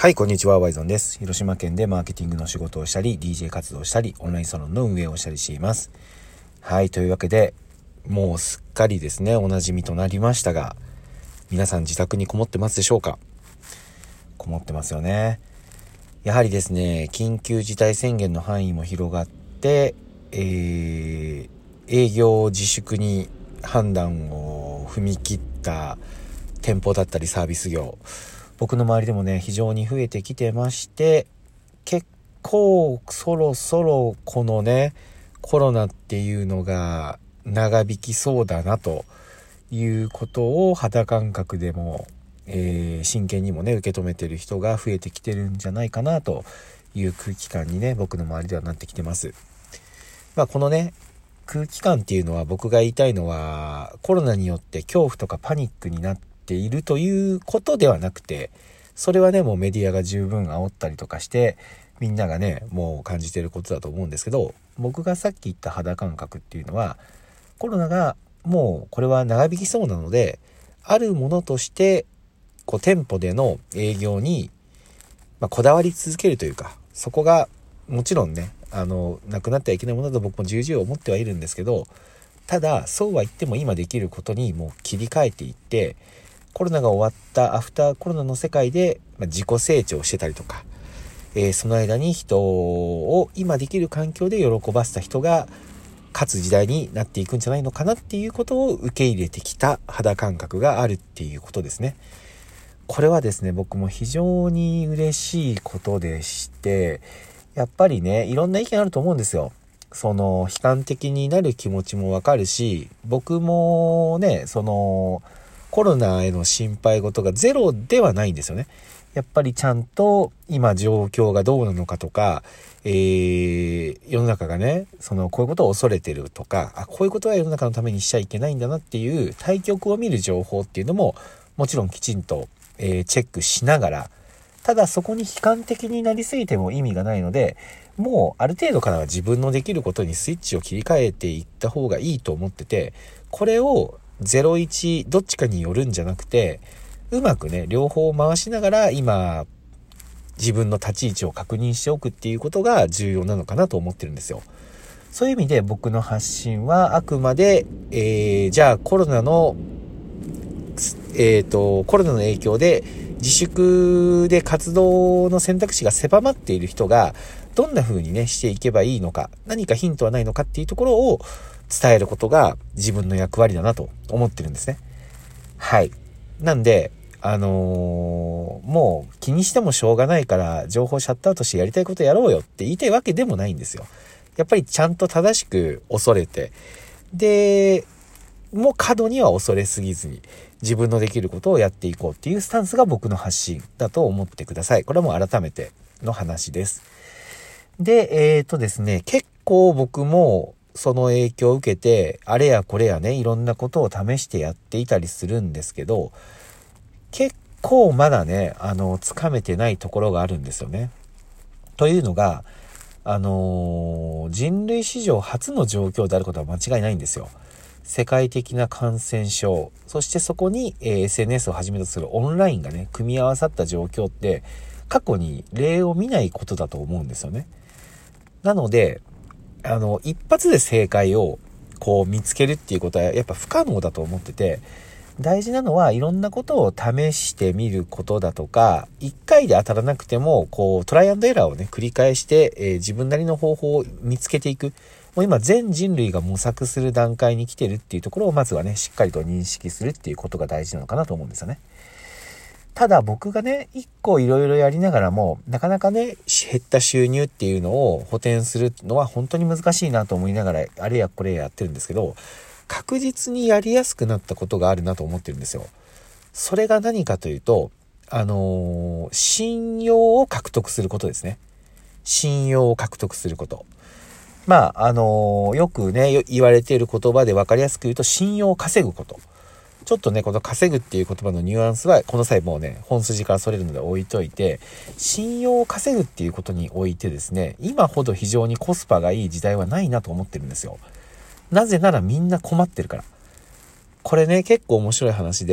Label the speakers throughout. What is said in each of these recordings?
Speaker 1: はい、こんにちは、ワイゾンです。広島県でマーケティングの仕事をしたり、DJ 活動をしたり、オンラインサロンの運営をしたりしています。はい、というわけで、もうすっかりですね、お馴染みとなりましたが、皆さん自宅にこもってますでしょうか？こもってますよね。やはりですね、緊急事態宣言の範囲も広がって、営業自粛に判断を踏み切った店舗だったりサービス業、僕の周りでもね非常に増えてきてまして、結構そろそろこのねコロナっていうのが長引きそうだなということを肌感覚でも、真剣にもね受け止めてる人が増えてきてるんじゃないかなという空気感にね僕の周りではなってきてます。このね空気感っていうのは、僕が言いたいのはコロナによって恐怖とかパニックになっているということではなくて、それはねもうメディアが十分煽ったりとかしてみんながねもう感じていることだと思うんですけど、僕がさっき言った肌感覚っていうのは、コロナがもうこれは長引きそうなので、あるものとして店舗での営業に、こだわり続けるというか、そこがもちろんねなくなってはいけないものだと僕も重々思ってはいるんですけど、ただそうは言っても今できることにもう切り替えていって、コロナが終わったアフターコロナの世界で自己成長してたりとか、その間に人を今できる環境で喜ばせた人が勝つ時代になっていくんじゃないのかなっていうことを受け入れてきた肌感覚があるっていうことですね。これはですね僕も非常に嬉しいことでして、やっぱりねいろんな意見あると思うんですよ。その悲観的になる気持ちもわかるし、僕もねコロナへの心配事がゼロではないんですよね。やっぱりちゃんと今状況がどうなのかとか、世の中がねこういうことを恐れてるとか、こういうことは世の中のためにしちゃいけないんだなっていう対極を見る情報っていうのももちろんきちんと、チェックしながら、ただそこに悲観的になりすぎても意味がないので、もうある程度からは自分のできることにスイッチを切り替えていった方がいいと思ってて、これを01どっちかによるんじゃなくて、うまくね両方回しながら今自分の立ち位置を確認しておくっていうことが重要なのかなと思ってるんですよ。そういう意味で僕の発信はあくまで、じゃあコロナの影響で自粛で活動の選択肢が狭まっている人がどんな風にねしていけばいいのか、何かヒントはないのかっていうところを伝えることが自分の役割だなと思ってるんですね。はい。なんでもう気にしてもしょうがないから情報シャットアウトしてやりたいことやろうよって言いたいわけでもないんですよ。やっぱりちゃんと正しく恐れて、でもう過度には恐れすぎずに自分のできることをやっていこうっていうスタンスが僕の発信だと思ってください。これはもう改めての話です。で、ですね、結構僕もその影響を受けてあれやこれやねいろんなことを試してやっていたりするんですけど、結構まだねつかめてないところがあるんですよね。というのが人類史上初の状況であることは間違いないんですよ。世界的な感染症、そしてそこに、SNS をはじめとするオンラインがね組み合わさった状況って過去に例を見ないことだと思うんですよね。なので一発で正解を見つけるっていうことはやっぱ不可能だと思ってて、大事なのはいろんなことを試してみることだとか、一回で当たらなくてもトライアンドエラーをね繰り返して、自分なりの方法を見つけていく。もう今全人類が模索する段階に来てるっていうところをまずはねしっかりと認識するっていうことが大事なのかなと思うんですよね。ただ僕がね一個いろいろやりながらもなかなかね減った収入っていうのを補填するのは本当に難しいなと思いながらあれやこれやってるんですけど、確実にやりやすくなったことがあるなと思ってるんですよ。それが何かというと信用を獲得することですね。信用を獲得すること。よくね言われている言葉で分かりやすく言うと、信用を稼ぐこと。ちょっとねこの稼ぐっていう言葉のニュアンスはこの際もうね本筋からそれるので置いといて、信用を稼ぐっていうことにおいてですね、今ほど非常にコスパがいい時代はないなと思ってるんですよ。なぜならみんな困ってるから。これね結構面白い話で、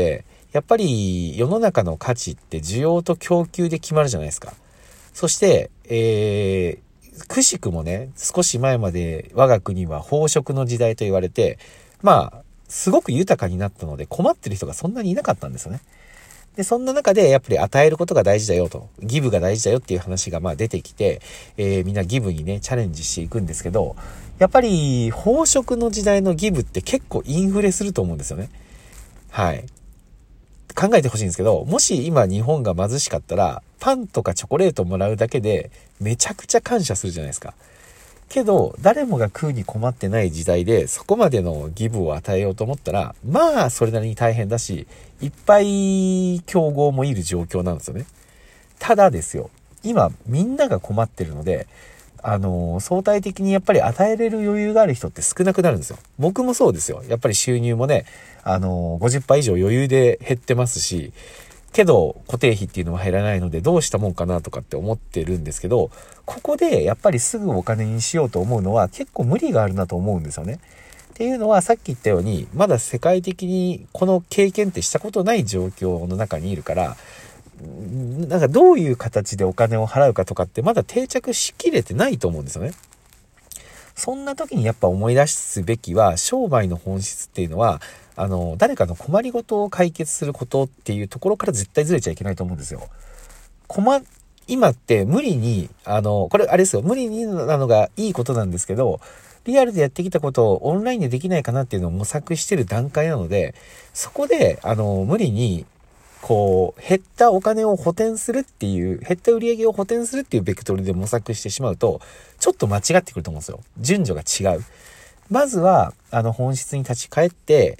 Speaker 1: やっぱり世の中の価値って需要と供給で決まるじゃないですか。そして、くしくもね、少し前まで我が国は飽食の時代と言われて、すごく豊かになったので困ってる人がそんなにいなかったんですよね。で、そんな中でやっぱり与えることが大事だよと、ギブが大事だよっていう話が出てきて、みんなギブにね、チャレンジしていくんですけど、やっぱり飽食の時代のギブって結構インフレすると思うんですよね。はい。考えてほしいんですけど、もし今日本が貧しかったら、パンとかチョコレートもらうだけでめちゃくちゃ感謝するじゃないですか。けど、誰もが食うに困ってない時代で、そこまでのギブを与えようと思ったら、それなりに大変だし、いっぱい競合もいる状況なんですよね。ただですよ、今みんなが困ってるので、相対的にやっぱり与えれる余裕がある人って少なくなるんですよ。僕もそうですよ。やっぱり収入もね、50% 以上余裕で減ってますし、けど固定費っていうのは減らないのでどうしたもんかなとかって思ってるんですけど、ここでやっぱりすぐお金にしようと思うのは結構無理があるなと思うんですよね。っていうのはさっき言ったように、まだ世界的にこの経験ってしたことない状況の中にいるから、なんかどういう形でお金を払うかとかってまだ定着しきれてないと思うんですよね。そんな時にやっぱ思い出すべきは、商売の本質っていうのは、誰かの困りごとを解決することっていうところから絶対ずれちゃいけないと思うんですよ。今って無理に、これあれですよ、無理になのがいいことなんですけど、リアルでやってきたことをオンラインでできないかなっていうのを模索してる段階なので、そこで、無理に、減ったお金を補填するっていう、減った売り上げを補填するっていうベクトルで模索してしまうと、ちょっと間違ってくると思うんですよ。順序が違う。まずは、本質に立ち返って、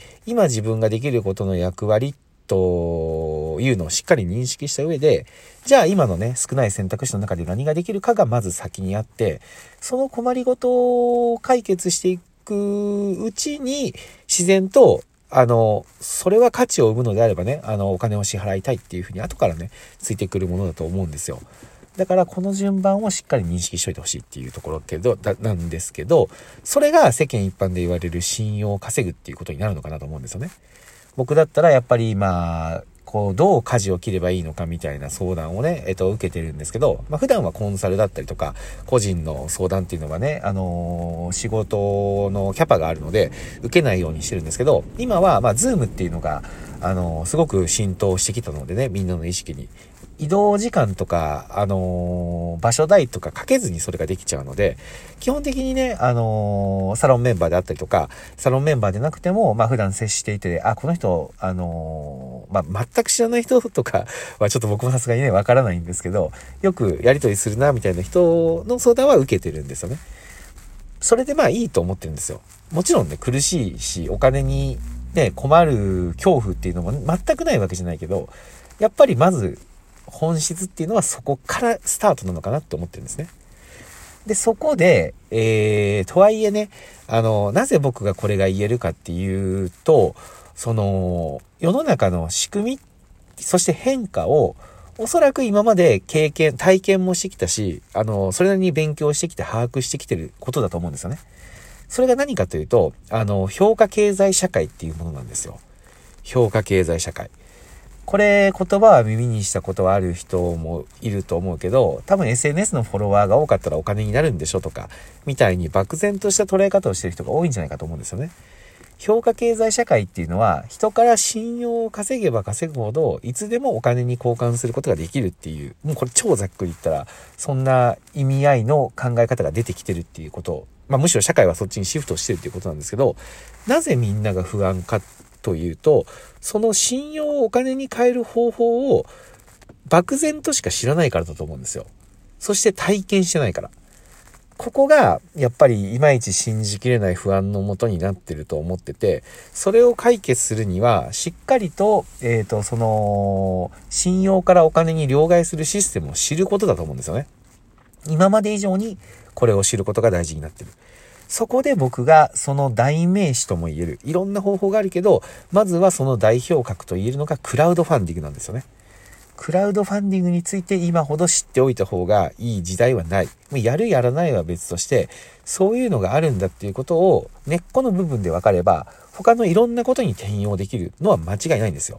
Speaker 1: 今自分ができることの役割というのをしっかり認識した上で、じゃあ今のね、少ない選択肢の中で何ができるかがまず先にあって、その困りごとを解決していくうちに、自然と、それは価値を生むのであればね、お金を支払いたいっていうふうに後からね、ついてくるものだと思うんですよ。だからこの順番をしっかり認識しといてほしいっていうところなんですけど、それが世間一般で言われる信用を稼ぐっていうことになるのかなと思うんですよね。僕だったらやっぱりどう舵を切ればいいのかみたいな相談をね、受けてるんですけど、普段はコンサルだったりとか、個人の相談っていうのはね、仕事のキャパがあるので、受けないようにしてるんですけど、今は、ズームっていうのが、すごく浸透してきたのでね、みんなの意識に。移動時間とか、場所代とかかけずにそれができちゃうので、基本的にね、サロンメンバーであったりとか、サロンメンバーでなくても、普段接していて、この人、全く知らない人とかはちょっと僕もさすがにね、わからないんですけど、よくやりとりするな、みたいな人の相談は受けてるんですよね。それでいいと思ってるんですよ。もちろんね、苦しいし、お金にね、困る恐怖っていうのも全くないわけじゃないけど、やっぱりまず、本質っていうのはそこからスタートなのかなって思ってるんですね。で、そこで、とはいえね、なぜ僕がこれが言えるかっていうと、世の中の仕組み、そして変化を、おそらく今まで体験もしてきたし、それなりに勉強してきて把握してきてることだと思うんですよね。それが何かというと、評価経済社会っていうものなんですよ。評価経済社会。これ言葉は耳にしたことはある人もいると思うけど、多分 SNS のフォロワーが多かったらお金になるんでしょとか、みたいに漠然とした捉え方をしている人が多いんじゃないかと思うんですよね。評価経済社会っていうのは、人から信用を稼げば稼ぐほど、いつでもお金に交換することができるっていう、もうこれ超ざっくり言ったら、そんな意味合いの考え方が出てきてるっていうことを、むしろ社会はそっちにシフトしてるっていうことなんですけど、なぜみんなが不安かというと、その信用をお金に変える方法を漠然としか知らないからだと思うんですよ。そして体験してないから。ここがやっぱりいまいち信じきれない不安のもとになってると思ってて、それを解決するにはしっかりと、その信用からお金に両替するシステムを知ることだと思うんですよね。今まで以上にこれを知ることが大事になってる。そこで僕がその代名詞とも言える、いろんな方法があるけど、まずはその代表格と言えるのがクラウドファンディングなんですよね。クラウドファンディングについて今ほど知っておいた方がいい時代はない。やるやらないは別として、そういうのがあるんだっていうことを根っこの部分で分かれば、他のいろんなことに転用できるのは間違いないんですよ。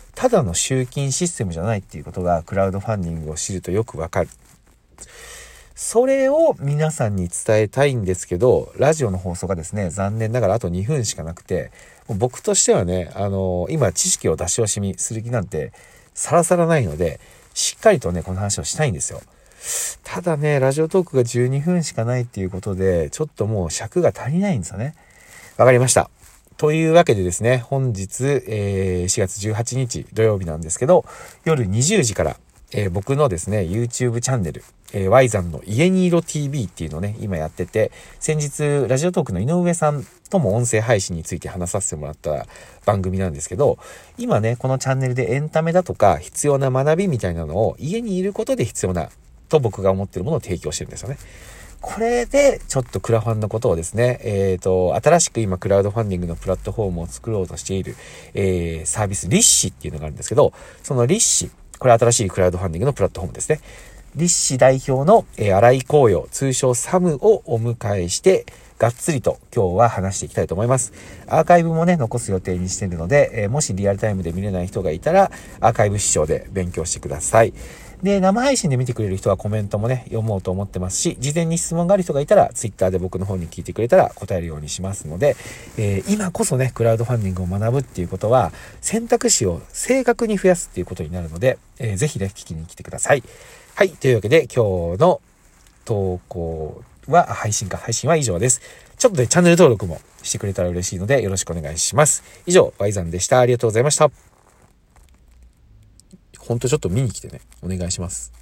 Speaker 1: ただの集金システムじゃないっていうことがクラウドファンディングを知るとよくわかる。それを皆さんに伝えたいんですけど、ラジオの放送がですね、残念ながらあと2分しかなくて、僕としてはね、今知識を出し惜しみする気なんてさらさらないので、しっかりとね、この話をしたいんですよ。ただね、ラジオトークが12分しかないっていうことで、ちょっともう尺が足りないんですよね。わかりました。というわけでですね、本日、4月18日土曜日なんですけど、夜20時から、僕のですね、YouTube チャンネル、Y さんの家にいろ TV っていうのをね、今やってて、先日、ラジオトークの井上さんとも音声配信について話させてもらった番組なんですけど、今ね、このチャンネルでエンタメだとか必要な学びみたいなのを家にいることで必要なと僕が思っているものを提供してるんですよね。これでちょっとクラファンのことをですね、新しく今クラウドファンディングのプラットフォームを作ろうとしている、サービスリッシっていうのがあるんですけど、そのリッシ、これ新しいクラウドファンディングのプラットフォームですね。リッシ代表の、新井光陽、通称サムをお迎えして、がっつりと今日は話していきたいと思います。アーカイブもね、残す予定にしているので、もしリアルタイムで見れない人がいたら、アーカイブ視聴で勉強してください。で、生配信で見てくれる人はコメントもね、読もうと思ってますし、事前に質問がある人がいたら、Twitter で僕の方に聞いてくれたら答えるようにしますので、今こそね、クラウドファンディングを学ぶっていうことは、選択肢を正確に増やすっていうことになるので、ぜひね、聞きに来てください。はい、というわけで、今日の投稿は、配信は以上です。ちょっとね、チャンネル登録もしてくれたら嬉しいので、よろしくお願いします。以上、Yさんでした。ありがとうございました。ほんとちょっと見に来てね、お願いします。